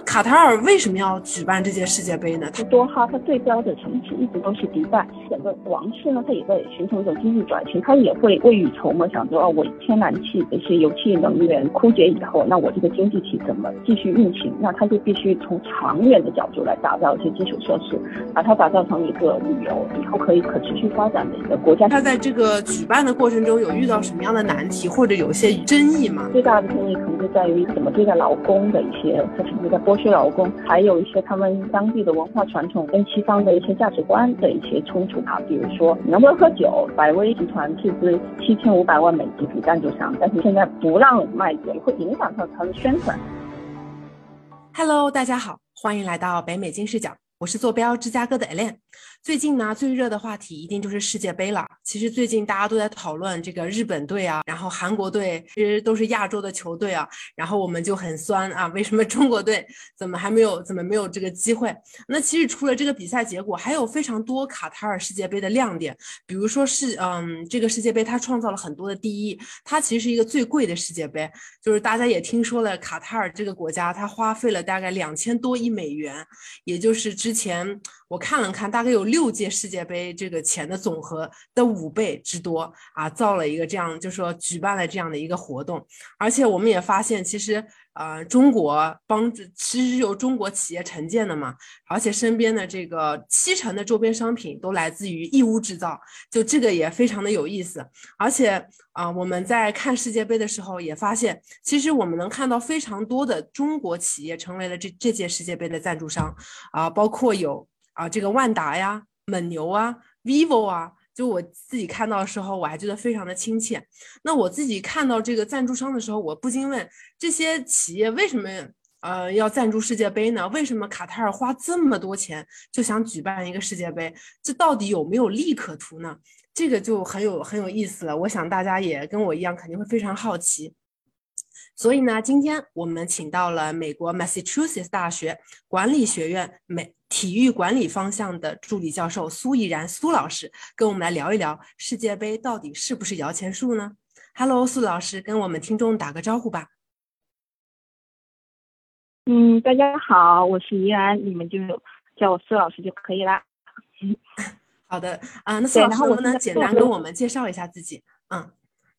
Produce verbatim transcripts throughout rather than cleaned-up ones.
卡塔尔为什么要举办这届世界杯呢？ 多哈它对标的城市一直都是迪拜，整个王室呢，它也在寻求一种经济转型，它也会未雨绸缪，想说啊，我天然气这些油气能源枯竭以后，那我这个经济体怎么继续运行？那它就必须从长远的角度来打造一些基础设施，把它打造成一个旅游以后可以可持续发展的一个国家。 它在这个举办的过程中有遇到什么样的难题，或者有一些争议吗？ 最大的争议可能就在于怎么对待劳工的一些，它是不是在剥削劳工，还有一些他们当地的文化传统跟西方的一些价值观的一些冲突啊，比如说你能不能喝酒，百威集团斥资七千五百万美金给赞助商，但是现在不让卖酒，会影响到它的宣传。 Hello， 大家好，欢迎来到北美金视角，我是坐标芝加哥的 Elaine。最近呢，最热的话题一定就是世界杯了。其实最近大家都在讨论这个日本队啊，然后韩国队，其实都是亚洲的球队啊。然后我们就很酸啊，为什么中国队怎么还没有怎么没有这个机会？那其实除了这个比赛结果，还有非常多卡塔尔世界杯的亮点，比如说是嗯，这个世界杯它创造了很多的第一，它其实是一个最贵的世界杯，就是大家也听说了，卡塔尔这个国家它花费了大概两千多亿美元，也就是之前我看了看，大概有六届世界杯这个钱的总和的五倍之多啊，造了一个这样，就是说举办了这样的一个活动。而且我们也发现，其实呃，中国帮其实是由中国企业承建的嘛，而且身边的这个七成的周边商品都来自于义乌制造，就这个也非常的有意思。而且啊、呃，我们在看世界杯的时候也发现，其实我们能看到非常多的中国企业成为了这这届世界杯的赞助商啊、呃，包括有啊、呃、这个万达呀、蒙牛啊、vivo 啊。就我自己看到的时候，我还觉得非常的亲切。那我自己看到这个赞助商的时候，我不禁问：这些企业为什么呃要赞助世界杯呢？为什么卡塔尔花这么多钱就想举办一个世界杯？这到底有没有利可图呢？这个就很有很有意思了。我想大家也跟我一样，肯定会非常好奇。所以呢，今天我们请到了美国 Massachusetts 大学管理学院美体育管理方向的助理教授苏怡然苏老师，跟我们来聊一聊世界杯到底是不是摇钱树呢？ Hello， 苏老师，跟我们听众打个招呼吧。 嗯，大家好，我是怡然，你们就叫我苏老师就可以啦。 好的，啊、呃，那苏老师能不能简单跟我们介绍一下自己？ 嗯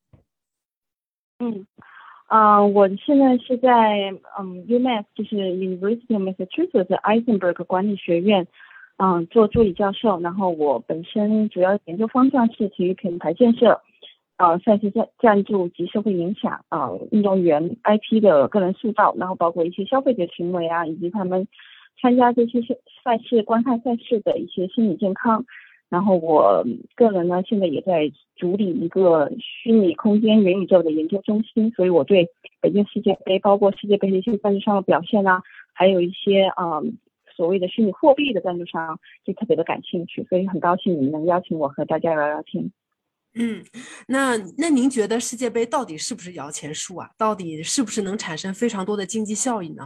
嗯。啊、呃，我现在是在嗯 U M A S， 就是 University of Massachusetts Eisenberg 管理学院，嗯、呃，做助理教授。然后我本身主要研究方向是体育品牌建设，呃，赛事赞赞助及社会影响，啊、呃，运动员 I P 的个人塑造，然后包括一些消费者行为啊，以及他们参加这些赛事、观看赛事的一些心理健康。然后我个人呢，现在也在主理一个虚拟空间元宇宙的研究中心，所以我对北京世界杯，包括世界杯的一些赞助商的表现啊，还有一些嗯所谓的虚拟货币的赞助商，就特别的感兴趣，所以很高兴你们能邀请我和大家聊聊天。 嗯，那那您觉得世界杯到底是不是摇钱树啊？到底是不是能产生非常多的经济效益呢？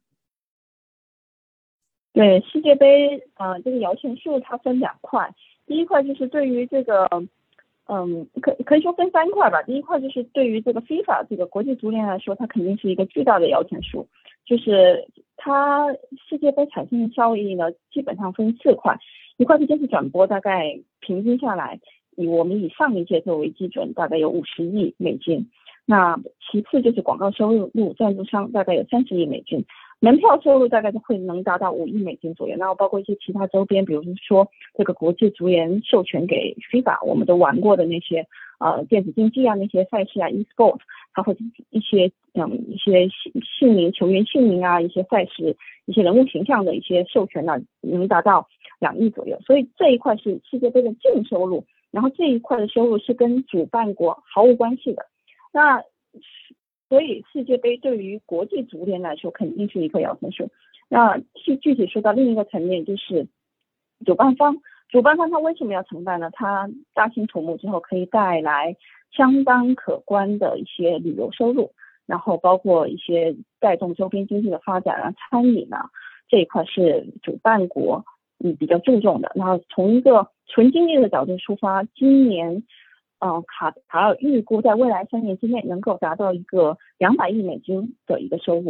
对，世界杯，呃，这个摇钱树它分两块，第一块就是对于这个，嗯，可可以说分三块吧。第一块就是对于这个 FIFA 这个国际足联来说，它肯定是一个巨大的摇钱树，就是它世界杯产生的效益呢，基本上分四块，一块是电视转播，大概平均下来，以我们以上一届作为基准，大概有五十亿美金。那其次就是广告收入，赞助商大概有三十亿美金。门票收入大概会能达到五亿美金左右，然后包括一些其他周边，比如说这个国际足联授权给 FIFA 我们都玩过的那些呃电子竞技啊，那些赛事啊 e-sport， 它会一些嗯一些姓名球员姓名啊，一些赛事一些人物形象的一些授权呢、啊，能达到两亿左右，所以这一块是世界杯的净收入，然后这一块的收入是跟主办国毫无关系的。那所以世界杯对于国际足联来说肯定是一棵摇钱树。那具具体说到另一个层面，就是主办方，主办方他为什么要承办呢？他大兴土木之后可以带来相当可观的一些旅游收入，然后包括一些带动周边经济的发展啊、餐饮啊，这一块是主办国嗯比较注重的。然后从一个纯经济的角度出发，今年呃，卡塔尔预估在未来三年之内能够达到一个两百亿美金的一个收入。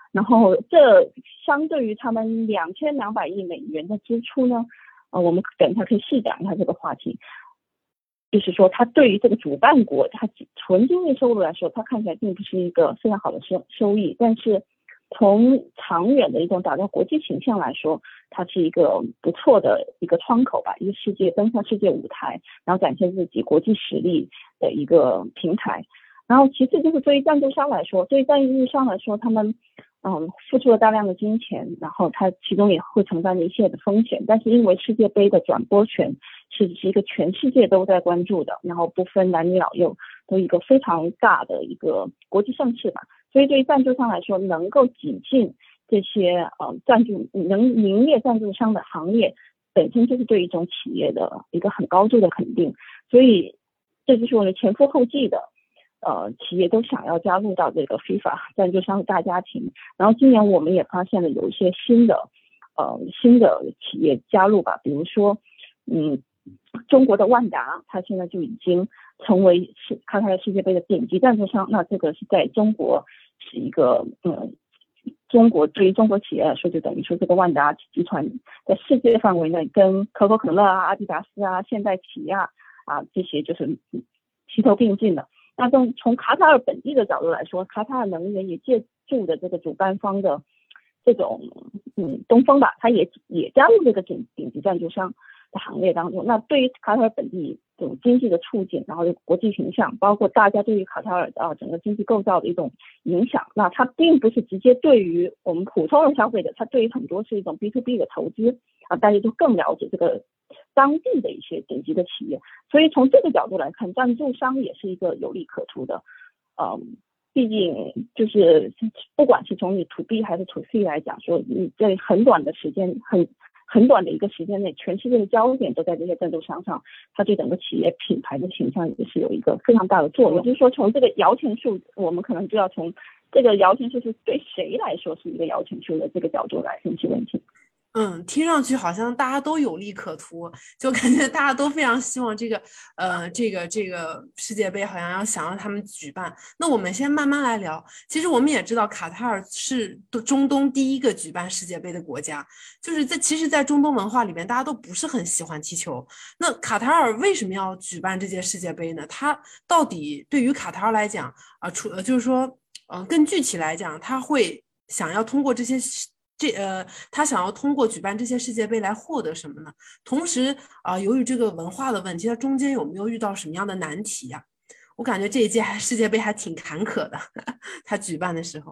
然后这相对于他们两千两百亿美元的支出呢，相对于他们两千两百亿美元的支出呢，呃，我们等一下可以细讲一下这个话题。就是说，它对于这个主办国，它纯经济收入来说，它看起来并不是一个非常好的收收益，但是从长远的一种打造国际形象来说，它是一个不错的一个窗口吧，一个世界登上世界舞台，然后展现自己国际实力的一个平台。然后其次就是对于赞助商来说，对于赞助商来说，他们嗯付出了大量的金钱，然后他其中也会承担一切的风险，但是因为世界杯的转播权是是一个全世界都在关注的，然后不分男女老幼，都一个非常大的一个国际盛事吧，所以对于赞助商来说，能够挤进这些呃赞助能名列赞助商的行业，本身就是对一种企业的一个很高度的肯定，所以这就是我们前赴后继的。呃，企业都想要加入到这个 FIFA 赞助商的大家庭，然后今年我们也发现了有一些新的呃新的企业加入吧，比如说，嗯，中国的万达，它现在就已经成为是卡塔尔世界杯的顶级赞助商，那这个是在中国是一个嗯，中国对于中国企业来说，就等于说这个万达集团在世界范围内跟可口可乐啊、阿迪达斯啊、现代起亚啊这些就是齐头并进的。那从从卡塔尔本地的角度来说，卡塔尔能源也借助的这个主办方的这种嗯东风吧，它也也加入这个顶顶级赞助商的行列当中。那对于卡塔尔本地这种经济的促进，然后国际形象，包括大家对于卡塔尔啊整个经济构造的一种影响，那它并不是直接对于我们普通的消费者，它对于很多是一种 B to B 的投资啊，大家就更了解这个当地的一些顶级的企业，所以从这个角度来看，赞助商也是一个有利可图的。嗯，毕竟就是不管是从你 to B 还是 to C 来讲，说你在很短的时间，很很短的一个时间内，全世界的焦点都在这些赞助商上，它对整个企业品牌的形象也是有一个非常大的作用。就是说，从这个摇钱树，我们可能就要从这个摇钱树是对谁来说是一个摇钱树的这个角度来分析问题。 嗯，听上去好像大家都有利可图，就感觉大家都非常希望这个，呃，这个这个世界杯好像要想让他们举办。那我们先慢慢来聊。其实我们也知道，卡塔尔是中东第一个举办世界杯的国家，就是在其实，在中东文化里面，大家都不是很喜欢踢球。那卡塔尔为什么要举办这届世界杯呢？它到底对于卡塔尔来讲啊，除、呃、就是说，嗯、呃，更具体来讲，他会想要通过这些。这呃，他想要通过举办这些世界杯来获得什么呢？同时啊、呃，由于这个文化的问题，它中间有没有遇到什么样的难题呀、啊？我感觉这一届还世界杯还挺坎坷的，他举办的时候。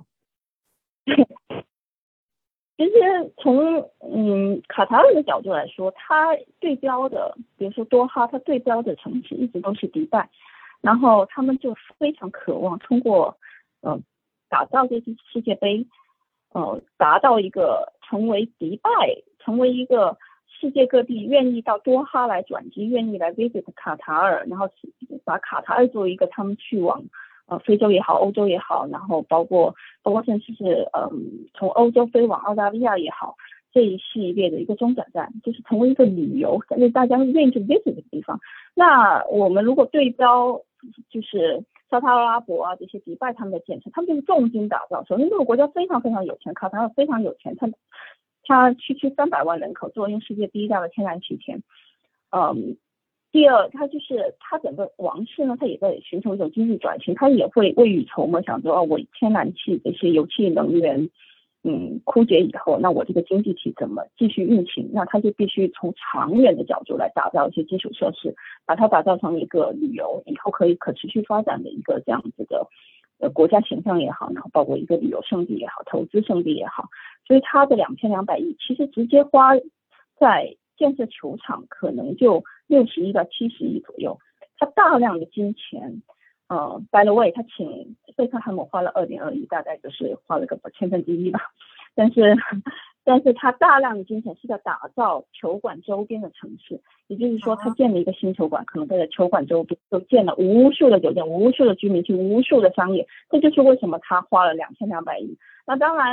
其实从嗯卡塔尔的角度来说，它对标的，比如说多哈，它对标的城市一直都是迪拜，然后他们就非常渴望通过呃打造这次世界杯。呃，达到一个成为迪拜，成为一个世界各地愿意到多哈来转机，愿意来 visit 卡塔尔，然后把卡塔尔作为一个他们去往呃非洲也好，欧洲也好，然后包括包括甚至是嗯从欧洲飞往澳大利亚也好，这一系列的一个中转站，就是成为一个旅游，但是大家愿意去 visit 的地方。那我们如果对标就是沙特阿拉伯啊，这些迪拜他们的建设，他们就是重金打造。首先，这个国家非常非常有钱，卡塔尔非常有钱，它它区区三百万人口，作为世界第一大的天然气田。嗯，第二，它就是它整个王室呢，它也在寻求一种经济转型，它也会未雨绸缪，想说哦，我天然气这些油气能源。嗯，枯竭以后，那我这个经济体怎么继续运行？那它就必须从长远的角度来打造一些基础设施，把它打造成一个旅游以后可以可持续发展的一个这样子的呃国家形象也好，然后包括一个旅游胜地也好，投资胜地也好，所以它的两千两百亿其实直接花在建设球场可能就六十亿到七十亿左右，它大量的金钱。呃 by the way 他请贝克汉姆花了二点二亿，大概就是花了个千分之一吧，但是但是他大量的金钱是在打造球馆周边的城市，也就是说他建了一个新球馆，可能在球馆周边都建了无数的酒店，无数的居民区，无数的商业，这就是为什么他花了两千两百亿。那当然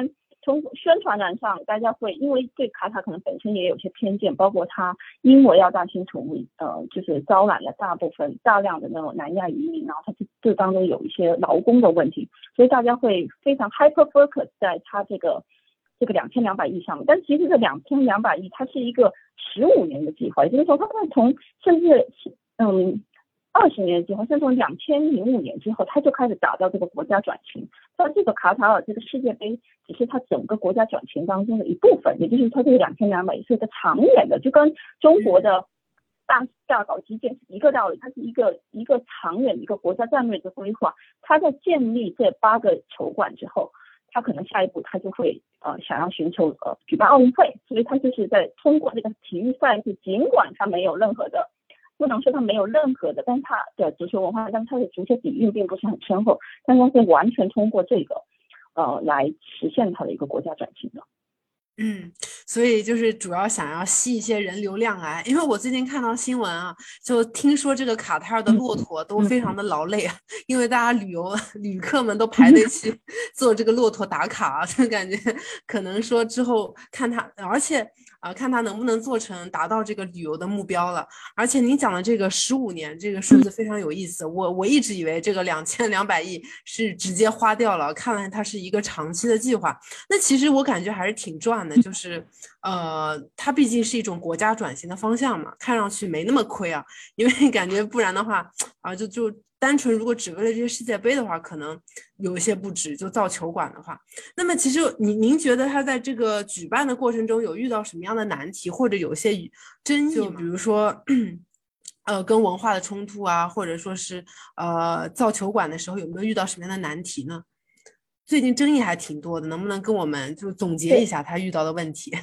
从宣传栏上，大家会因为对卡塔可能本身也有些偏见，包括它因为要大兴土木，呃，就是招揽了大部分大量的那种南亚移民，然后它这这当中有一些劳工的问题，所以大家会非常 hyper focus 在它这个这个两千两百亿上面。但其实这两千两百亿它是一个十五年的计划，也就是说，它会从甚至嗯。二十年之后，甚至从两千零五年之后，他就开始打造这个国家转型。那这个卡塔尔这个世界杯只是他整个国家转型当中的一部分，也就是他这个两千两百亿是一个长远的，就跟中国的大大搞基建是一个道理，它是一个一个长远的一个国家战略的规划。他在建立这八个球馆之后，他可能下一步他就会呃想要寻求呃举办奥运会，所以他就是在通过这个体育赛事，尽管他没有任何的。不能说它没有任何的，但它的足球文化，但它的足球底蕴并不是很深厚，但它是完全通过这个，呃，来实现它的一个国家转型的。 嗯，所以就是主要想要吸一些人流量来，因为我最近看到新闻啊，就听说这个卡塔尔的骆驼都非常的劳累啊，因为大家旅游旅客们都排队去做这个骆驼打卡啊，就感觉可能说之后看他，而且啊、呃、看他能不能做成达到这个旅游的目标了。而且你讲的这个十五年这个数字非常有意思，我我一直以为这个两千两百亿是直接花掉了，看来它是一个长期的计划。那其实我感觉还是挺赚的，就是呃，它毕竟是一种国家转型的方向嘛，看上去没那么亏啊。因为感觉不然的话啊，就就单纯如果只为了这些世界杯的话，可能有一些不值。就造球馆的话，那么其实您您觉得他在这个举办的过程中有遇到什么样的难题，或者有些争议吗？就比如说。呃，跟文化的冲突啊，或者说是呃造球馆的时候有没有遇到什么样的难题呢？最近争议还挺多的，能不能跟我们就总结一下他遇到的问题？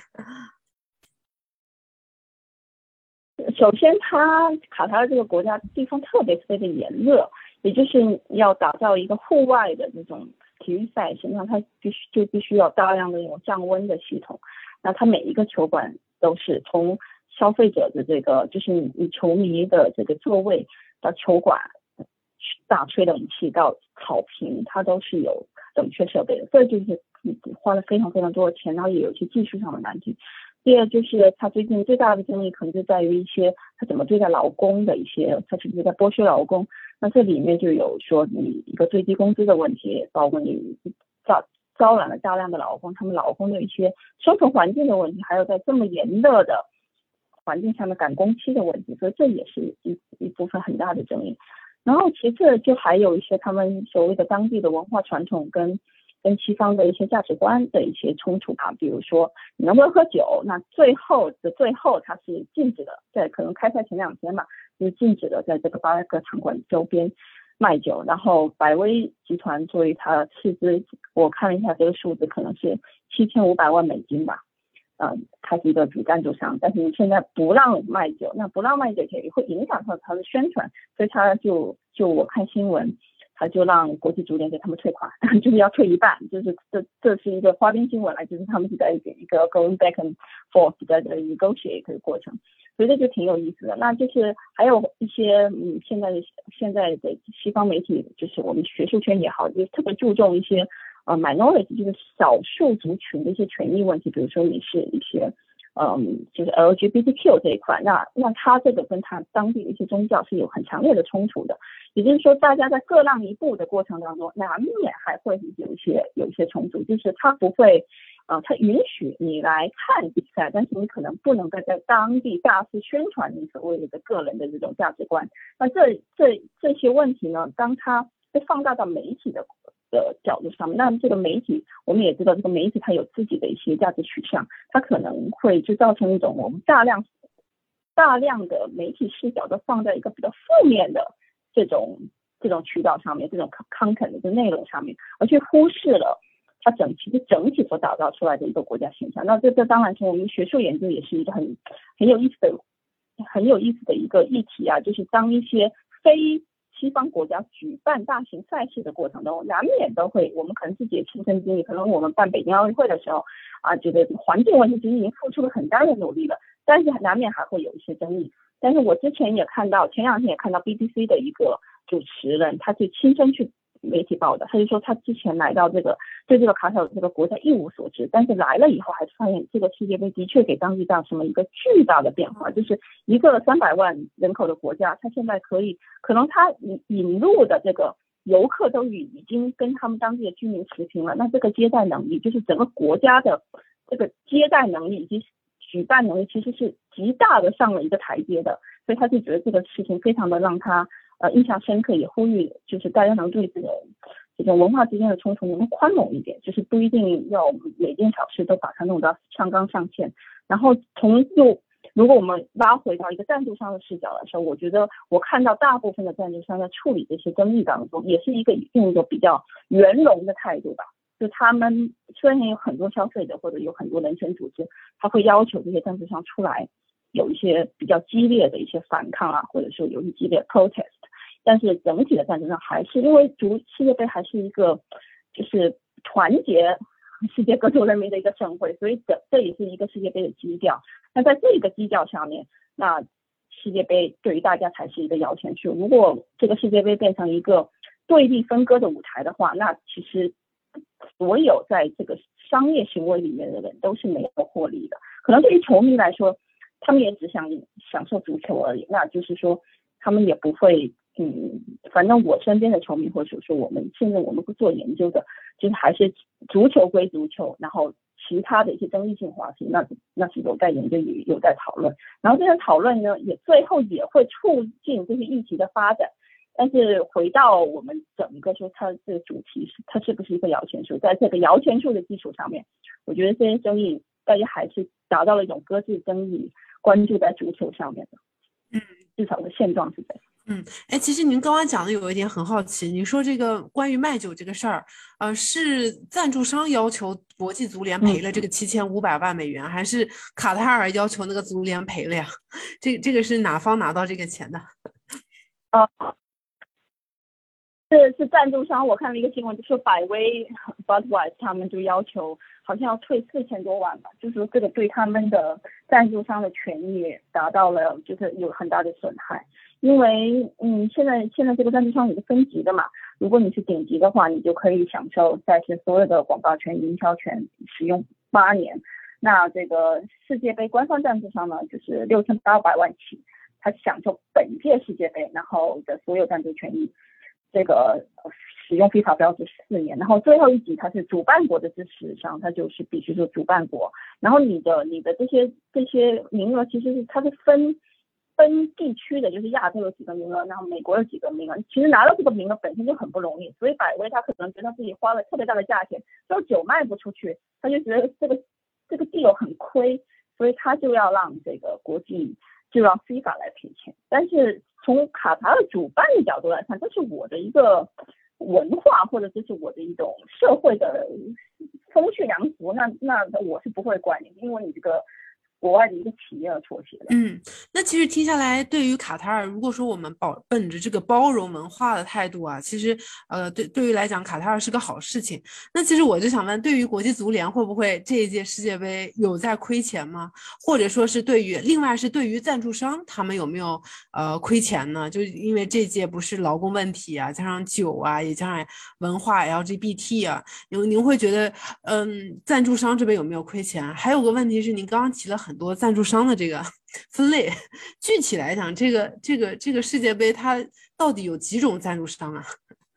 首先，它卡塔尔这个国家地方特别特别的炎热，也就是要打造一个户外的这种体育赛事，那它必须就必须要大量的那种降温的系统。那它每一个球馆都是从消费者的这个，就是你你球迷的这个座位到球馆大吹冷气到草坪，它都是有冷却设备的，这就是花了非常非常多的钱，然后也有一些技术上的难题。第二就是他最近最大的争议可能就在于一些他怎么对待劳工的一些，他是不是在剥削劳工？那这里面就有说你一个最低工资的问题，包括你招招揽了大量的劳工，他们劳工的一些生存环境的问题，还有在这么炎热的环境下面赶工期的问题，所以这也是一一部分很大的争议。然后其次就还有一些他们所谓的当地的文化传统跟跟西方的一些价值观的一些冲突吧，比如说你能不能喝酒，那最后的最后它是禁止的，在可能开赛前两天嘛，就是禁止的在这个八个场馆周边卖酒。然后百威集团作为它斥资，我看了一下这个数字可能是七千五百万美金吧。嗯，它是一个主赞助商，但是你现在不让卖酒，那不让卖酒也会影响到它的宣传，所以他就就我看新闻，他就让国际足联给他们退款，就是要退一半，就是这这是一个花边新闻来，就是他们是在一个 going back and forth 的 negotiate 的过程，所以这就挺有意思的。那就是还有一些嗯，现在的现在的西方媒体，就是我们学术圈也好，就特别注重一些。呃 minority 就是少数族群的一些权益问题，比如说你是一些嗯，就是 L G B T Q 这一块，那那它这个跟它当地的一些宗教是有很强烈的冲突的，也就是说大家在各让一步的过程当中，难免还会有一些有一些冲突，就是它不会呃，它允许你来看比赛，但是你可能不能在在当地大肆宣传你所谓的个人的这种价值观。那这这这些问题呢，当它被放大到媒体的的角度上面，那这个媒体我们也知道，这个媒体它有自己的一些价值取向，它可能会就造成一种我们大量大量的媒体视角都放在一个比较负面的这种这种渠道上面，这种 content 的内容上面，而去忽视了它整体整体所打造出来的一个国家形象。那这这当然从我们学术研究也是一个很很有意思的很有意思的一个议题啊，就是当一些非西方国家举办大型赛事的过程中，难免都会，我们可能自己的亲身经历，可能我们办北京奥运会的时候啊，觉得环境问题其实已经付出了很大的努力了，但是难免还会有一些争议。但是我之前也看到，前两天也看到 B B C 的一个主持人，他就亲身去媒体报的，他就说他之前来到这个对这个卡塔尔这个国家一无所知，但是来了以后还是发现这个世界杯的确给当地造成了一个巨大的变化，就是一个三百万人口的国家，他现在可以可能他引引入的这个游客都已已经跟他们当地的居民持平了，那这个接待能力，就是整个国家的这个接待能力以及举办能力其实是极大的上了一个台阶的，所以他就觉得这个事情非常的让他呃印象深刻，也呼吁就是大家能对这个这种文化之间的冲突能宽容一点，就是不一定要每件小事都把它弄到上纲上线。然后从又如果我们拉回到一个赞助商的视角来说，我觉得我看到大部分的赞助商在处理这些争议当中，也是一个用一个比较圆融的态度吧。就他们虽然有很多消费者或者有很多人权组织，他会要求这些赞助商出来有一些比较激烈的一些反抗啊，或者说有一些激烈的 protest， 但是整体的赞助商还是因为足世界杯还是一个就是团结世界各族人民的一个盛会，所以这这也是一个世界杯的基调。那在这个基调上面，那世界杯对于大家才是一个摇钱树。如果这个世界杯变成一个对立分割的舞台的话，那其实所有在这个商业行为里面的人都是没有获利的。可能对于球迷来说，他们也只想享受足球而已，那就是说他们也不会嗯，反正我身边的球迷或者说我们现在我们做研究的，就是还是足球归足球，然后其他的一些争议性话题，那那是有待研究，也有待讨论。然后这些讨论呢，也最后也会促进这些议题的发展。但是回到我们整个说它这个主题是它是不是一个摇钱树，在这个摇钱树的基础上面，我觉得这些争议大家还是达到了一种搁置争议，关注在足球上面的。 嗯， 至少的现状是这样。 嗯，哎，其实您刚刚讲的有一点很好奇，您说这个关于卖酒这个事儿，呃，是赞助商要求国际足联赔了这个七千五百万美元，嗯、还是卡塔尔要求那个足联赔了呀？这这个是哪方拿到这个钱的？ 啊、呃，是是赞助商，我看了一个新闻，就说百威 Budweiser 他们就要求好像要退四千多万吧，就是说这个对他们的赞助商的权益达到了就是有很大的损害。因为嗯，现在现在这个赞助商也是分级的嘛，如果你是顶级的话，你就可以享受赛事所有的广告权、营销权，使用八年。那这个世界杯官方赞助商呢，就是六千八百万起，他享受本届世界杯然后的所有赞助权益，这个使用FIFA标志四年。然后最后一级它是主办国的支持商，它就是必须说主办国。然后你的你的这些这些名额其实是它是分。分地区的，就是亚洲有几个名额，然后美国有几个名额，其实拿到这个名额本身就很不容易，所以百威他可能觉得自己花了特别大的价钱，就酒卖不出去，他就觉得这个这个 deal 很亏，所以他就要让这个国际就让 FIFA 来赔钱。但是从卡塔尔主办的角度来看，这是我的一个文化，或者这是我的一种社会的风趣良俗，那那我是不会管你，因为你这个国外的一个企业而妥协的。 嗯，那其实听下来，对于卡塔尔，如果说我们保本着这个包容文化的态度啊，其实呃，对对于来讲，卡塔尔是个好事情。那其实我就想问，对于国际足联，会不会这一届世界杯有在亏钱吗？或者说是对于另外是对于赞助商，他们有没有呃亏钱呢？就因为这届不是劳工问题啊，加上酒啊，也加上文化 L G B T 啊，您您会觉得嗯，赞助商这边有没有亏钱？还有个问题是，您刚刚提了很多赞助商的这个分类，具体来讲，这个这个这个世界杯它到底有几种赞助商啊？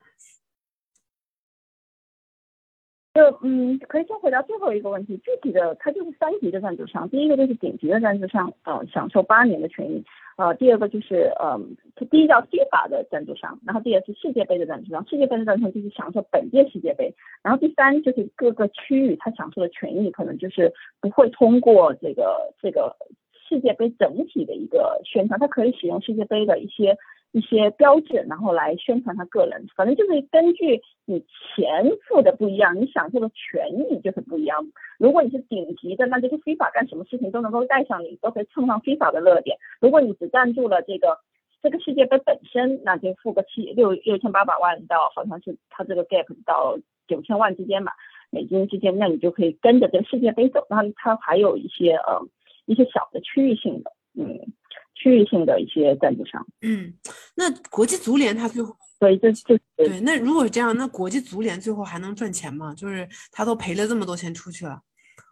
就嗯，可以先回答最后一个问题，具体的它就是三级的赞助商，第一个就是顶级的赞助商，呃，享受八年的权益，呃，第二个就是呃，第一叫 FIFA 的赞助商，然后第二是世界杯的赞助商，世界杯的赞助商就是享受本届世界杯，然后第三就是各个区域它享受的权益可能就是不会通过这个这个世界杯整体的一个宣传，它可以使用世界杯的一些一些标志，然后来宣传他个人，反正就是根据你钱付的不一样，你享受的权益就是不一样。如果你是顶级的，那就是 FIFA 干什么事情都能够带上你，都可以蹭上 FIFA 的热点。如果你只赞助了这个这个世界杯本身，那就付个七六六千八百万到好像是它这个 gap 到九千万之间吧，美金之间，那你就可以跟着这个世界杯走。那它还有一些呃一些小的区域性的，嗯。区域性的一些赞助商。 嗯，那国际足联它最后所以这这对，那如果这样，那国际足联最后还能赚钱吗？就是他都赔了这么多钱出去了。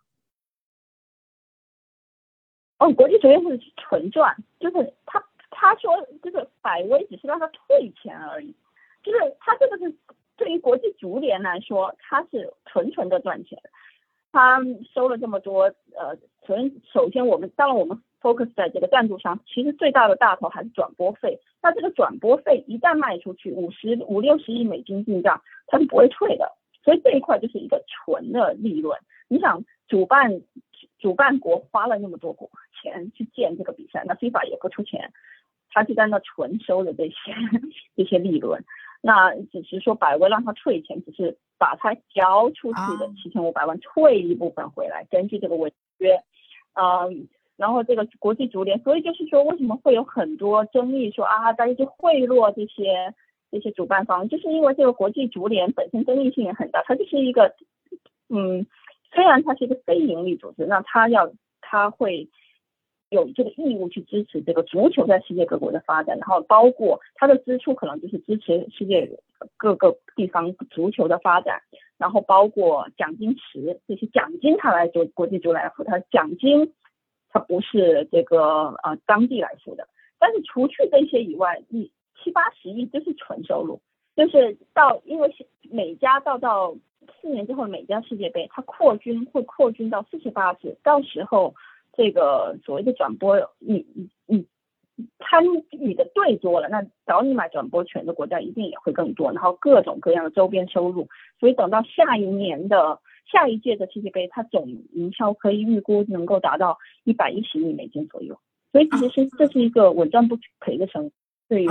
哦，国际足联是纯赚，就是他他说就是百威只是让他退钱而已，就是他这个是对于国际足联来说，他是纯纯的赚钱。他收了这么多，呃，首先首先我们当然我们 focus 在这个赞助商，其实最大的大头还是转播费。那这个转播费一旦卖出去，五十五六十亿美金进账，它是不会退的。所以这一块就是一个纯的利润。你想主办主办国花了那么多钱去建这个比赛，那 FIFA 也不出钱，他就在那纯收的这些这些利润。那只是说百威让他退钱，只是把他交出去的七千五百万退一部分回来，根据这个违约，嗯，然后这个国际足联，所以就是说为什么会有很多争议说啊，大家就贿赂这些这些主办方，就是因为这个国际足联本身争议性也很大，它就是一个嗯，虽然它是一个非盈利组织，那它要它会有这个义务去支持这个足球在世界各国的发展，然后包括它的支出可能就是支持世界各个地方足球的发展，然后包括奖金池，这些奖金它来做国际足联来付，它奖金它不是这个呃当地来付的。但是除去这些以外，你七八十亿就是纯收入，就是到因为每家到到四年之后每家世界杯它扩军会扩军到四十八支，到时候这个所谓的转播，你你参与的队多了，那找你买转播权的国家一定也会更多，然后各种各样的周边收入，所以等到下一年的下一届的世界杯，它总营销可以预估能够达到一百一十亿美金左右，所以其实是这是一个稳赚不赔的生意，对于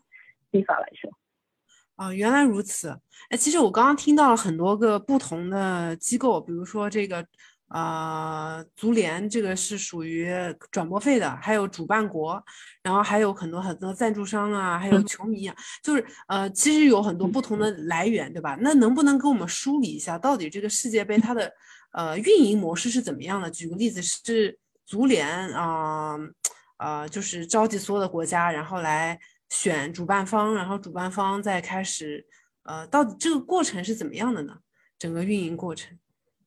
FIFA 来说。 哦，原来如此。哎，其实我刚刚听到了很多个不同的机构，比如说这个呃足联，这个是属于转播费的，还有主办国，然后还有很多很多赞助商啊，还有球迷啊，就是呃其实有很多不同的来源，对吧？那能不能给我们梳理一下，到底这个世界杯它的呃运营模式是怎么样的？举个例子，是足联啊呃，呃就是召集所有的国家，然后来选主办方，然后主办方再开始，呃，到底这个过程是怎么样的呢？整个运营过程，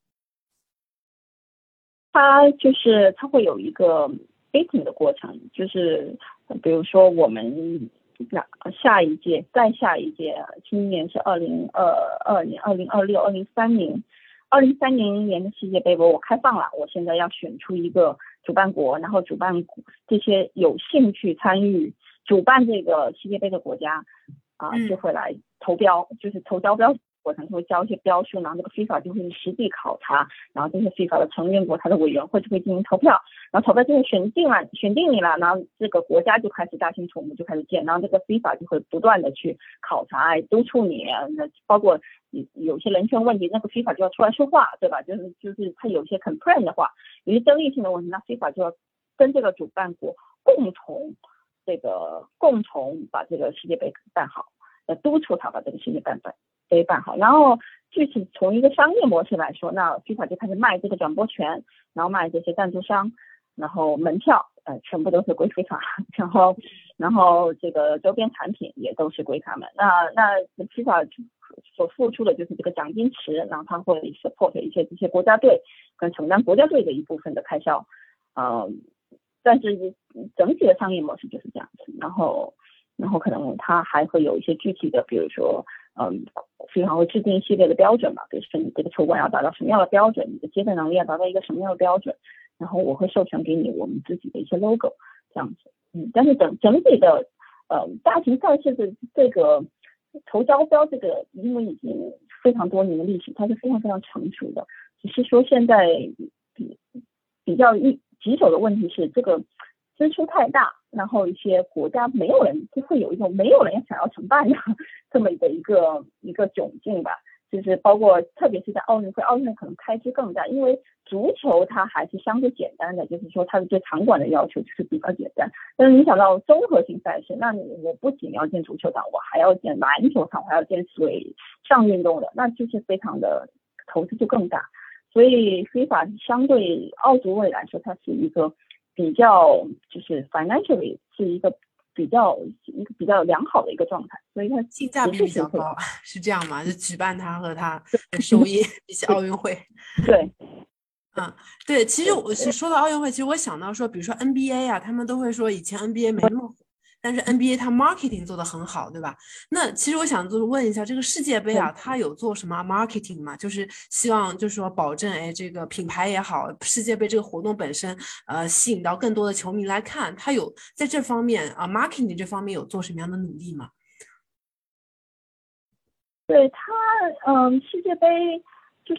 它就是它会有一个 bidding 的过程，就是比如说我们那下一届，再下一届，今年是二零二二年、二零二六、二零三零、二零三零年的世界杯，我开放了，我现在要选出一个主办国，然后主办这些有兴趣参与主办这个世界杯的国家啊、呃，就会来投标，就是投招标过程会交一些标书，然后这个 FIFA 就会实地考察，然后这些 FIFA 的成员国它的委员会就会进行投票，然后投票之后选定了，选定你了，然后这个国家就开始大兴土木就开始建，然后这个 FIFA 就会不断的去考察督促你，那包括有些人权问题，那个 FIFA 就要出来说话，对吧？就是就是他有些 complain 的话，有些争议性的问题，那 FIFA 就要跟这个主办国共同这个共同把这个世界杯办好，呃，督促他把这个世界杯办杯办好。然后具体从一个商业模式来说，那 FIFA 就开始卖这个转播权，然后卖这些赞助商，然后门票，呃，全部都是归 FIFA， 然后然后这个周边产品也都是归他们。那那 FIFA 所付出的就是这个奖金池，然后他会 support 一些这些国家队，跟承担国家队的一部分的开销，呃，但是整体的商业模式就是这样子。然后然后可能它还会有一些具体的，比如说，嗯，FIFA会制定一系列的标准嘛，比如说你这个球馆要达到什么样的标准，你的接待能力要达到一个什么样的标准，然后我会授权给你我们自己的一些 logo 这样子。嗯，但是整整体的，呃，大型赛事的这个投招标这个，因为已经非常多年的历史，它是非常非常成熟的，只是说现在比比较一棘手的问题是这个支出太大，然后一些国家没有人，就会有一种没有人想要承办的这么的一个一个窘境吧。就是包括特别是在奥运会，奥运会可能开支更大，因为足球它还是相对简单的，就是说它的对场馆的要求就是比较简单。但是你想到综合性赛事，那你我不仅要建足球场，我还要建篮球场，我还要建水上运动的，那就是非常的投资就更大。所以 FIFA 相对奥组委来说，它是一个比较就是 financially 是一个比较一个比较良好的一个状态，所以它性价比比较高，是这样吗？就举办它和它的收益比起奥运会。 对。 嗯，对，其实我是说到奥运会，其实我想到说，比如说 N B A 啊，他们都会说以前 N B A 没那么火，但是 N B A 它 marketing 做得很好，对吧？那其实我想就是问一下，这个世界杯啊，它有做什么 marketing 吗？就是希望就是说保证，哎，这个品牌也好，世界杯这个活动本身，呃，吸引到更多的球迷来看，它有在这方面啊 marketing 这方面有做什么样的努力吗？ 对它，嗯，世界杯就是。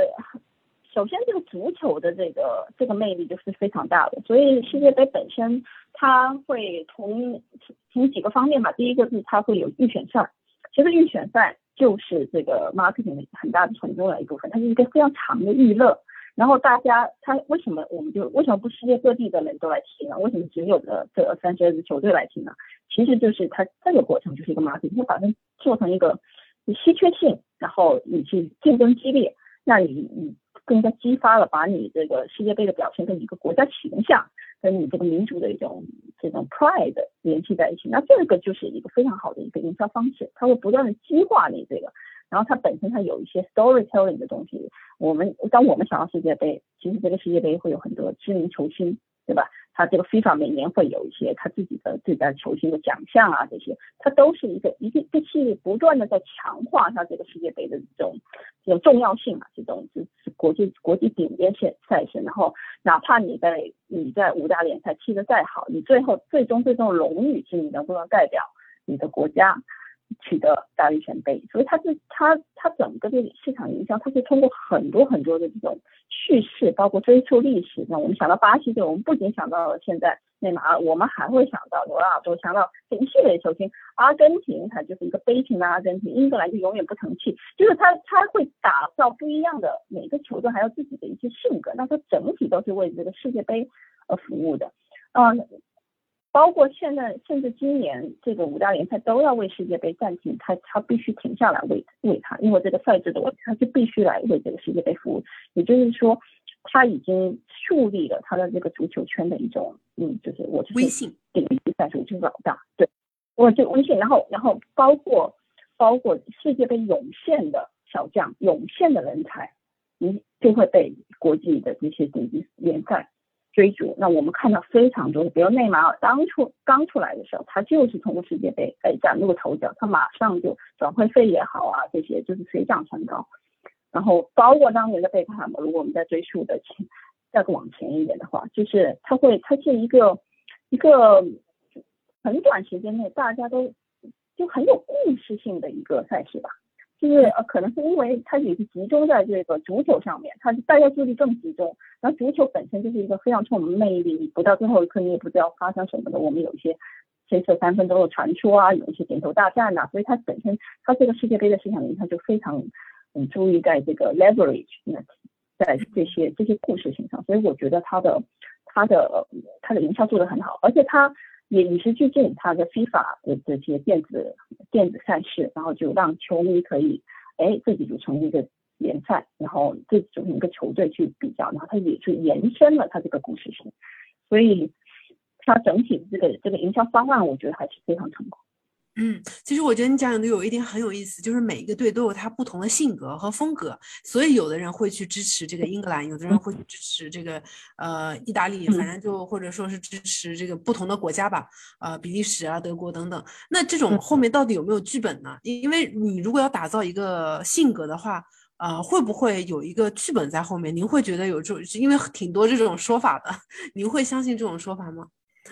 首先，这个足球的这个这个魅力就是非常大的，所以世界杯本身它会从从几个方面吧。第一个是它会有预选赛，其实预选赛就是这个 marketing 的很大的很重要的一部分，它是一个非常长的预热。然后大家，它为什么我们就为什么不世界各地的人都来踢呢？为什么只有的这三十二支球队来踢呢？其实就是它这个过程就是一个 marketing，它把它做成一个稀缺性，然后以及竞争激烈，让你你。更加激发了把你这个世界杯的表现跟一个国家形象跟你这个民族的一种这种 pride 联系在一起，那这个就是一个非常好的一个营销方式，它会不断的激化你这个，然后它本身它有一些 storytelling 的东西。我们当我们想到世界杯，其实这个世界杯会有很多知名球星，对吧？他这个 FIFA 每年会有一些他自己的最佳球星的奖项啊，这些它都是一个一个一个系列不断的在强化它这个世界杯的这种这种重要性啊，这种是国际国际顶尖赛赛事。然后哪怕你在你在五大联赛踢得再好，你最后最终最终的荣誉是你能不能代表你的国家取得大力神杯。所以它是它它整个的市场营销，它是通过很多很多的这种叙事，包括追溯历史。那我们想到巴西队，我们不仅想到了现在内马尔，我们还会想到罗纳尔多，想到这一系列球星。阿根廷它就是一个悲情的阿根廷，英格兰就永远不成器，就是它它会打造不一样的，每个球队还有自己的一些性格，那它整体都是为这个世界杯而服务的。嗯、呃。包括现在，甚至今年这个五大联赛都要为世界杯暂停，他他必须停下来为为他，因为这个赛制的问题，他就必须来为这个世界杯服务。也就是说，他已经树立了他的这个足球圈的一种，嗯，就是我是微信顶级赛事，我就是老大，对，我就微信，然后然后包括包括世界杯涌现的小将，涌现的人才，你就会被国际的这些顶级联赛追逐。那我们看到非常多的，比如内马尔当初刚出来的时候，他就是通过世界杯哎崭露头角，他马上就转会费也好啊，这些就是水涨船高。然后包括当年的贝克汉姆，如果我们在追溯的再往前一点的话，就是他会，他是一个一个很短时间内大家都就很有故事性的一个赛事吧。就是呃，可能是因为它也是集中在这个足球上面，它大家注意力更集中。然后足球本身就是一个非常充满魅力，你不到最后一刻你也不知道发生什么的。我们有一些谁射三分钟的传说啊，有一些点球大战啊，所以它本身它这个世界杯的市场营销就非常嗯注意在这个 leverage 在这些这些故事性上。所以我觉得它的它的它的营销做得很好，而且它也与时俱进，它的 FIFA 的这些电子电子赛事，然后就让球迷可以哎自己组成一个联赛，然后自己组成一个球队去比较，然后它也是延伸了它这个故事性，所以它整体这个这个营销方案，我觉得还是非常成功。 嗯，其实我觉得你讲的有一点很有意思，就是每一个队都有它不同的性格和风格，所以有的人会去支持这个英格兰，有的人会去支持这个呃意大利，反正就或者说是支持这个不同的国家吧，呃比利时啊、德国等等。那这种后面到底有没有剧本呢？因为你如果要打造一个性格的话，呃，会不会有一个剧本在后面？您会觉得有这种，因为挺多这种说法的，您会相信这种说法吗？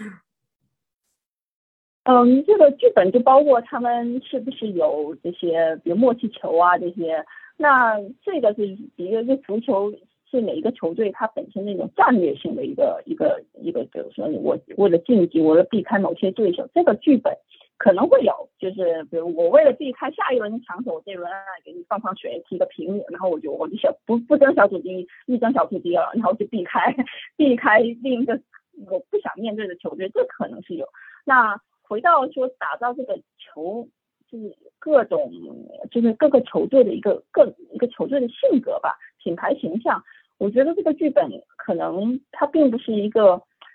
嗯，这个剧本就包括他们是不是有这些，比如默契球啊这些。那这个是一个，就足球是每一个球队它本身那种战略性的一个一个一个，比如说我为了晋级，我为了避开某些对手，这个剧本可能会有，就是比如我为了避开下一轮抢手，我这轮给你放放水，踢个平，然后我就我就小不不争小组第一，一争小组第二，然后就避开避开另一个我不想面对的球队，这可能是有。那回到说打造这个球，就是各种就是各个球队的一个各一个球队的性格吧，品牌形象。我觉得这个剧本可能它并不是一个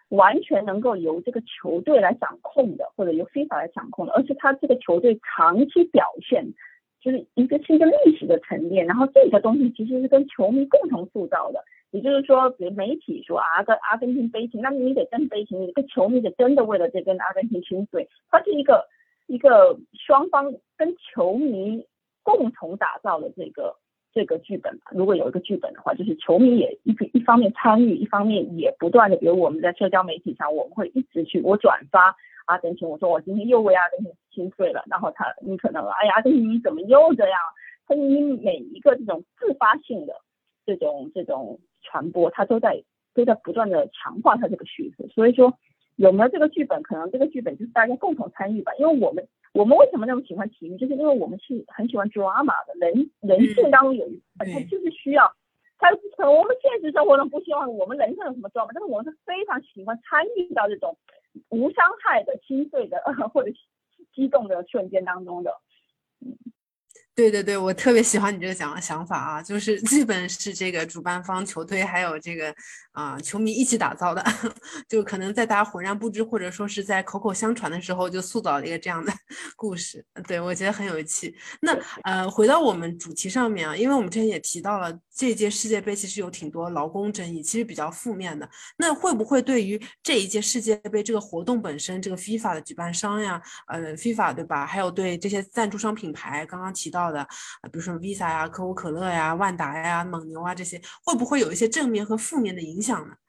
完全能够由这个球队来掌控的，或者由 FIFA 来掌控的，而是他这个球队长期表现，就是一个是一个历史的沉淀，然后这个东西其实是跟球迷共同塑造的。也就是说，比如媒体说啊，跟阿根廷悲情，那你得真悲情，你个球迷得真的为了这跟阿根廷心碎，它是一个一个双方跟球迷共同打造的这个。这个剧本如果有一个剧本的话，就是球迷也一一方面参与，一方面也不断的，比如我们在社交媒体上，我们会一直去我转发阿根廷，我说我今天又为阿根廷心碎了，然后他你可能哎呀阿根廷你怎么又这样？他你每一个这种自发性的这种这种传播，他都在都在不断的强化他这个叙事。所以说有没有这个剧本，可能这个剧本就是大家共同参与吧，因为我们。我们为什么那么喜欢体育？就是因为我们是很喜欢 drama 的，人人性当中有一，它就是需要，它我们现实生活中不希望我们人生有什么 drama，但是我们是非常喜欢参与到这种无伤害的、心碎的或者激动的瞬间当中的。嗯。 对对对，我特别喜欢你这个想想法啊，就是基本是这个主办方球队还有这个啊、呃、球迷一起打造的，就可能在大家浑然不知或者说是在口口相传的时候就塑造了一个这样的故事。对，我觉得很有趣。那呃，回到我们主题上面啊，因为我们之前也提到了这届世界杯其实有挺多劳工争议，其实比较负面的。那会不会对于这一届世界杯这个活动本身，这个 FIFA 的举办商呀，呃 FIFA 对吧？还有对这些赞助商品牌，刚刚提到的，比如说 Visa 呀、可口可乐呀、万达呀、蒙牛啊这些，会不会有一些正面和负面的影响呢？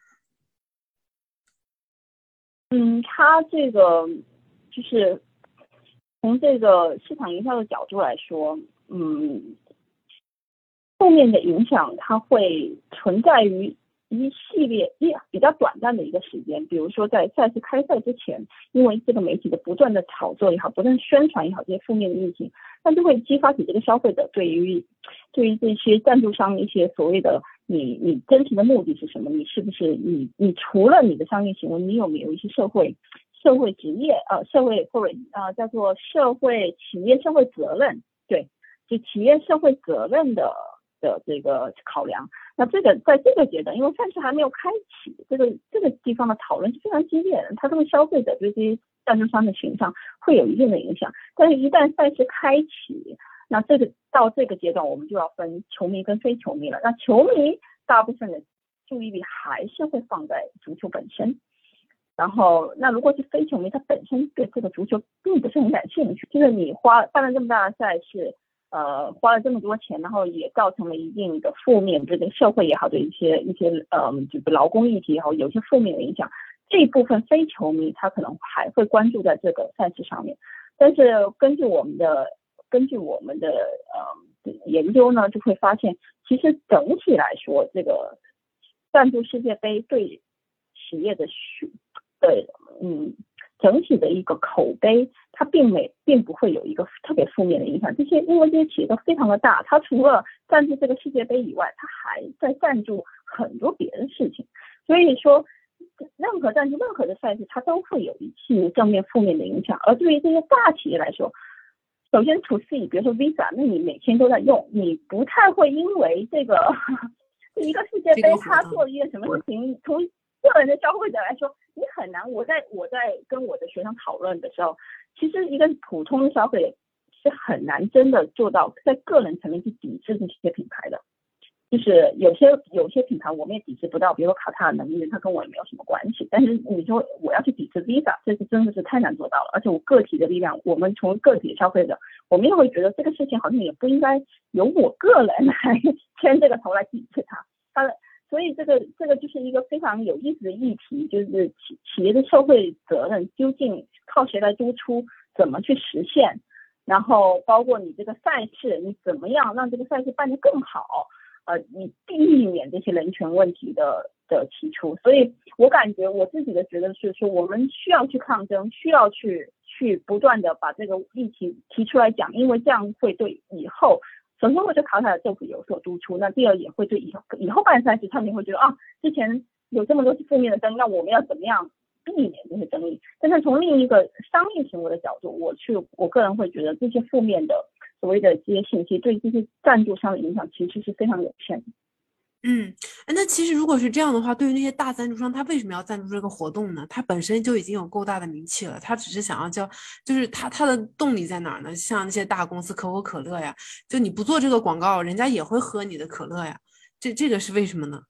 嗯，它这个就是从这个市场营销的角度来说，嗯，负面的影响它会存在于一系列一比较短暂的一个时间，比如说在赛事开赛之前，因为这个媒体的不断的炒作也好，不断宣传也好，这些负面的议题，那就会激发起这个消费者对于对于这些赞助商一些所谓的你你真实的目的是什么？你是不是你你除了你的商业行为，你有没有一些社会社会职业呃社会或者呃叫做社会企业社会责任？对，就企业社会责任的。的这个考量，那这个在这个阶段，因为赛事还没有开启，这个这个地方的讨论是非常激烈的，它对消费者对这些赞助商的形象会有一定的影响。但是，一旦赛事开启，那这个到这个阶段，我们就要分球迷跟非球迷了。那球迷大部分的注意力还是会放在足球本身，然后那如果是非球迷，他本身对这个足球并不是很感兴趣，就是你花办了这么大的赛事。呃，花了这么多钱，然后也造成了一定的负面，对这个社会也好，对一些一些呃，就是劳工议题也好，有一些负面的影响。这一部分非球迷他可能还会关注在这个赛事上面，但是根据我们的根据我们的呃研究呢，就会发现，其实整体来说，这个赞助世界杯对企业的需的嗯。整体的一个口碑，它并没并不会有一个特别负面的影响。这些因为这些企业都非常的大，它除了赞助这个世界杯以外，它还在赞助很多别的事情。所以说，任何赞助任何的赛事，它都会有一些正面负面的影响。而对于这些大企业来说，首先 to C， 比如说 Visa， 那你每天都在用，你不太会因为这个一个世界杯它做了一个什么事情，从个人的消费者来说，你很难。我在我在跟我的学生讨论的时候，其实一个普通的消费者是很难真的做到在个人层面去抵制这些品牌的。就是有些有些品牌我们也抵制不到，比如说卡塔尔能源，它跟我也没有什么关系。但是你说我要去抵制 Visa， 这是真的是太难做到了。而且我个体的力量，我们从个体的消费者，我们也会觉得这个事情好像也不应该由我个人来牵这个头来抵制它。它所以这个这个就是一个非常有意思的议题，就是企企业的社会责任究竟靠谁来督促，怎么去实现，然后包括你这个赛事，你怎么样让这个赛事办得更好，呃，你避免这些人权问题的的提出。所以我感觉我自己的觉得是说，我们需要去抗争，需要去去不断的把这个议题提出来讲，因为这样会对以后。首先会对卡塔尔政府有所督促，那第二也会对以后以后办赛事，他们会觉得啊，之前有这么多负面的争议，那我们要怎么样避免这些争议？但是从另一个商业行为的角度，我去我个人会觉得这些负面的所谓的这些信息对这些赞助商的影响其实是非常有限的。 嗯，哎那其实如果是这样的话，对于那些大赞助商，他为什么要赞助这个活动呢？他本身就已经有够大的名气了，他只是想要叫，就是他他的动力在哪儿呢？像那些大公司可口可乐呀，就你不做这个广告，人家也会喝你的可乐呀，这这个是为什么呢？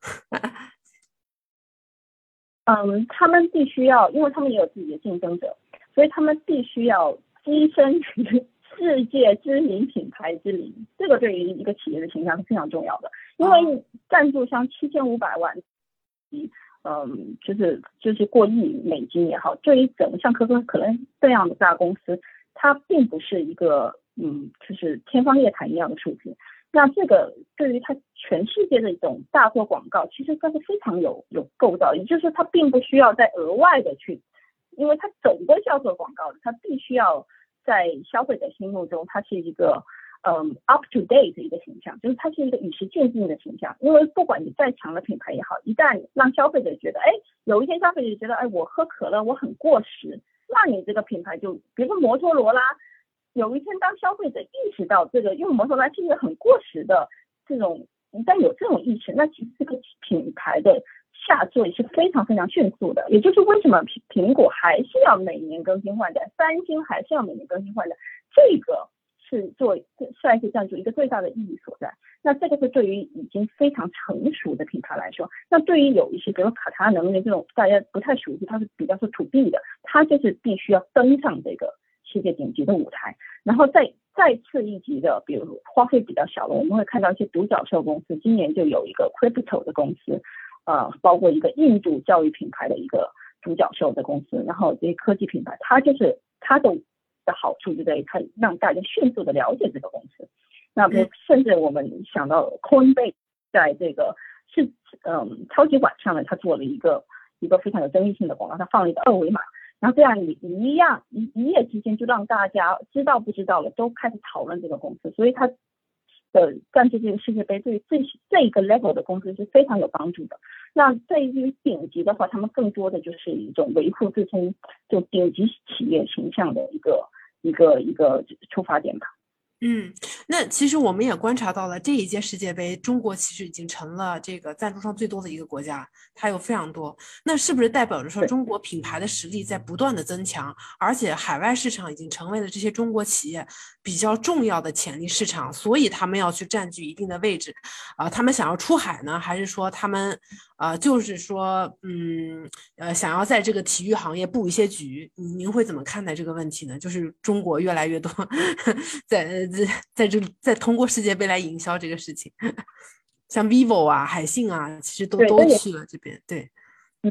嗯，他们必须要，因为他们也有自己的竞争者，所以他们必须要跻身于世界知名品牌之林。这个对于一个企业的形象是非常重要的，因为赞助商七千五百万，嗯，就是就是过亿美金也好，对于整个像可口可乐这样的大公司，它并不是一个嗯，就是天方夜谭一样的数字。那这个对于它全世界的一种大做广告，其实它是非常有有构造，也就是说它并不需要再额外的去，因为它整个是要做广告的，它必须要在消费者心目中，它是一个嗯 up to date 的一个形象，就是它是一个与时俱进的形象。因为不管你再强的品牌也好，一旦让消费者觉得，哎，有一天消费者觉得，哎，我喝可乐我很过时，那你这个品牌就，比如说摩托罗拉。有一天，当消费者意识到这个用摩托罗拉是一个很过时的这种，一旦有这种意识，那其实这个品牌的下坠是非常非常迅速的。也就是为什么苹苹果还是要每年更新换代，三星还是要每年更新换代，这个是做下一次赞助一个最大的意义所在。那这个是对于已经非常成熟的品牌来说，那对于有一些比如卡塔尔能源这种大家不太熟悉，它是比较是 to B 的，它就是必须要登上这个世界顶级的舞台，然后再再次一级的，比如花费比较小的，我们会看到一些独角兽公司，今年就有一个 Crypto 的公司，呃，包括一个印度教育品牌的一个独角兽的公司，然后这些科技品牌，它就是它的的好处就在于它让大家迅速的了解这个公司。那比如甚至我们想到 Coinbase 在这个是嗯超级晚上呢，它做了一个一个非常有争议性的广告，它放了一个二维码。然后这样一一样一一夜之间就让大家知道不知道了都开始讨论这个公司，所以它的赞助这个世界杯对于这这一个 level 的公司是非常有帮助的。那对于顶级的话，他们更多的就是一种维护自身就顶级企业形象的一个一个一个出发点吧。 嗯，那其实我们也观察到了，这一届世界杯，中国其实已经成了这个赞助商最多的一个国家，它有非常多。那是不是代表着说，中国品牌的实力在不断的增强，而且海外市场已经成为了这些中国企业比较重要的潜力市场，所以他们要去占据一定的位置，啊、呃，他们想要出海呢，还是说他们，呃，就是说，嗯，呃，想要在这个体育行业布一些局？您会怎么看待这个问题呢？就是中国越来越多在在在这在通过世界杯来营销这个事情，像 vivo 啊、海信啊，其实都都去了这边。对， 嗯，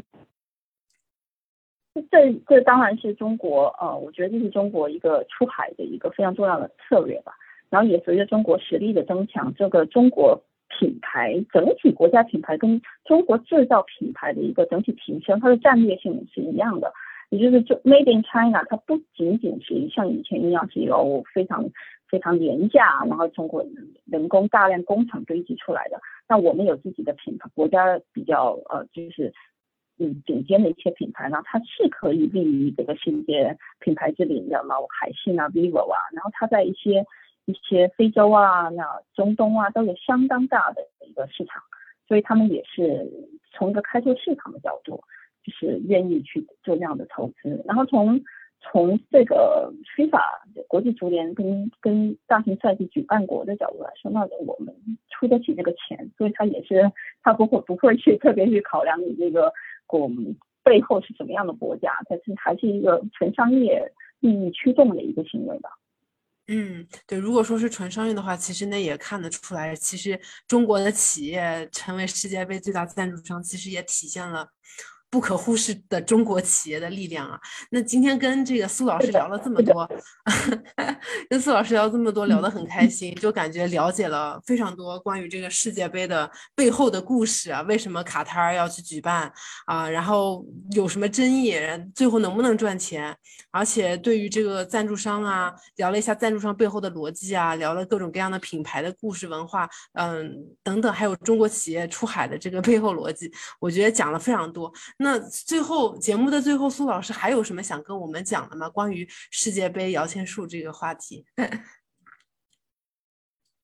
这这当然是中国呃，我觉得这是中国一个出海的一个非常重要的策略吧。然后也随着中国实力的增强，这个中国品牌整体国家品牌跟中国制造品牌的一个整体提升，它的战略性是一样的。也就是就 Made in China， 它不仅仅是像以前一样是由非常非常廉价，然后通过人工大量工厂堆积出来的。那我们有自己的品牌，国家比较呃就是嗯顶尖的一些品牌呢，它是可以立于这个世界品牌之林的嘛，海信啊、vivo 啊，然后它在一些一些非洲啊、那中东啊都有相当大的一个市场，所以他们也是从一个开拓市场的角度。就是愿意去做这样的投资，然后从从这个 FIFA 国际足联跟跟大型赛事举办国的角度来说，那我们出得起这个钱，所以他也是他不会不会去特别去考量你这个我们背后是什么样的国家，但是还是一个纯商业利益驱动的一个行为吧。 嗯，对，如果说是纯商业的话，其实那也看得出来，其实中国的企业成为世界杯最大赞助商，其实也体现了不可忽视的中国企业的力量啊。那今天跟这个苏老师聊了这么多，跟苏老师聊这么多，聊得很开心，就感觉了解了非常多关于这个世界杯的背后的故事啊，为什么卡塔尔要去举办啊，然后有什么争议，最后能不能赚钱，而且对于这个赞助商啊，聊了一下赞助商背后的逻辑啊，聊了各种各样的品牌的故事文化，嗯，等等，还有中国企业出海的这个背后逻辑，我觉得讲了非常多。那最后节目的最后，苏老师还有什么想跟我们讲的吗？关于世界杯摇钱树这个话题？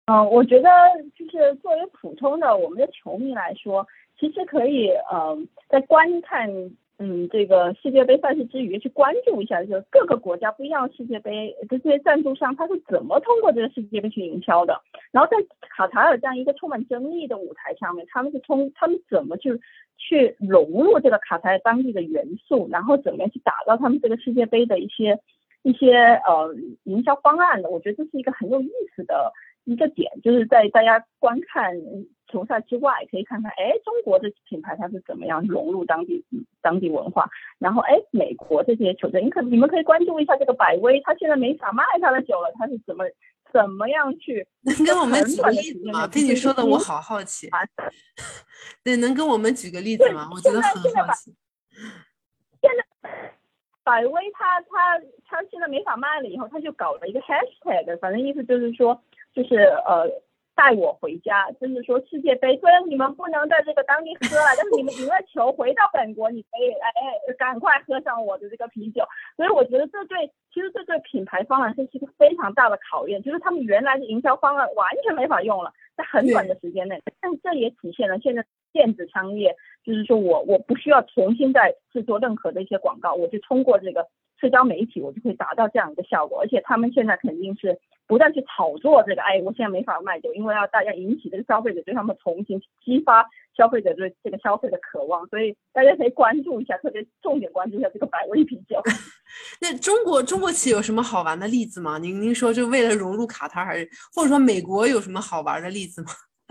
嗯、呃，我觉得就是作为普通的我们的球迷来说，其实可以呃在观看嗯这个世界杯赛事之余，去关注一下，就是各个国家不一样的世界杯这些赞助商他是怎么通过这个世界杯去营销的。然后在卡塔尔这样一个充满争议的舞台上面，他们是通他们怎么去去融入这个卡塔尔当地的元素，然后怎么样去打造他们这个世界杯的一些一些呃营销方案的。我觉得这是一个很有意思的一个点，就是在大家观看球赛之外，可以看看，哎，中国的品牌它是怎么样融入当地当地文化，然后哎，美国这些球队，你可你们可以关注一下这个百威，它现在没法卖它的酒了，它是怎么怎么样去能跟我们举个例子吗？被你说的我好好奇。对，能跟我们举个例子吗？我觉得很好奇。 现在百威它它它现在没法卖了以后，它就搞了一个 hashtag， 反正意思就是说，就是呃带我回家，就是说世界杯虽然你们不能在这个当地喝了，但是你们赢了球回到本国，你可以哎哎赶快喝上我的这个啤酒。所以我觉得这对其实这对品牌方来说是一个非常大的考验，就是他们原来的营销方案完全没法用了，在很短的时间内。但这也体现了现在电子商业，就是说我我不需要重新再制作任何的一些广告，我就通过这个社交媒体，我就会达到这样一个效果。而且他们现在肯定是不断去炒作这个，哎，我现在没法卖酒，因为要大家引起这个消费者对他们同情，激发消费者对这个消费的渴望，所以大家可以关注一下，特别重点关注一下这个百威啤酒。 那中国中国企业有什么好玩的例子吗？您您说就为了融入卡塔尔，或者说美国有什么好玩的例子吗？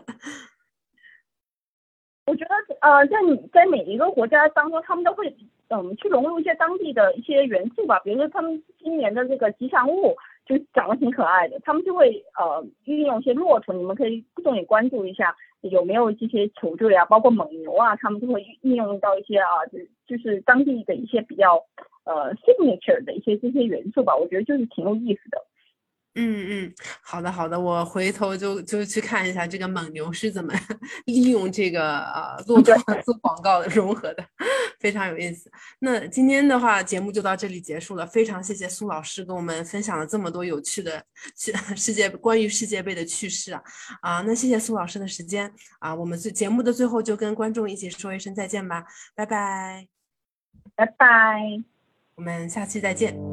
我觉得呃，在在每一个国家当中，他们都会嗯去融入一些当地的一些元素吧。比如说他们今年的这个吉祥物就长得挺可爱的，他们就会呃运用一些骆驼，你们可以重点关注一下有没有这些球队啊，包括蒙牛啊，他们就会运用到一些啊，就就是当地的一些比较呃 signature 的一些这些元素吧。我觉得就是挺有意思的。 嗯嗯，好的好的，我回头就就去看一下这个蒙牛是怎么利用这个呃骆驼做广告的融合的，非常有意思。那今天的话节目就到这里结束了，非常谢谢苏老师跟我们分享了这么多有趣的世界关于世界杯的趣事啊啊，那谢谢苏老师的时间啊，我们最节目的最后就跟观众一起说一声再见吧，拜拜， 拜拜， 我们下期再见。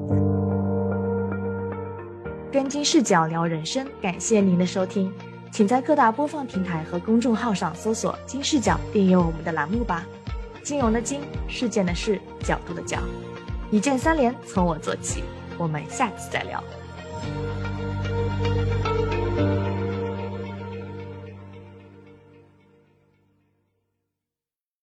跟金视角聊人生，感谢您的收听，请在各大播放平台和公众号上搜索金视角，订阅我们的栏目吧。金融的金，事件的事，角度的角，一键三连从我做起，我们下次再聊。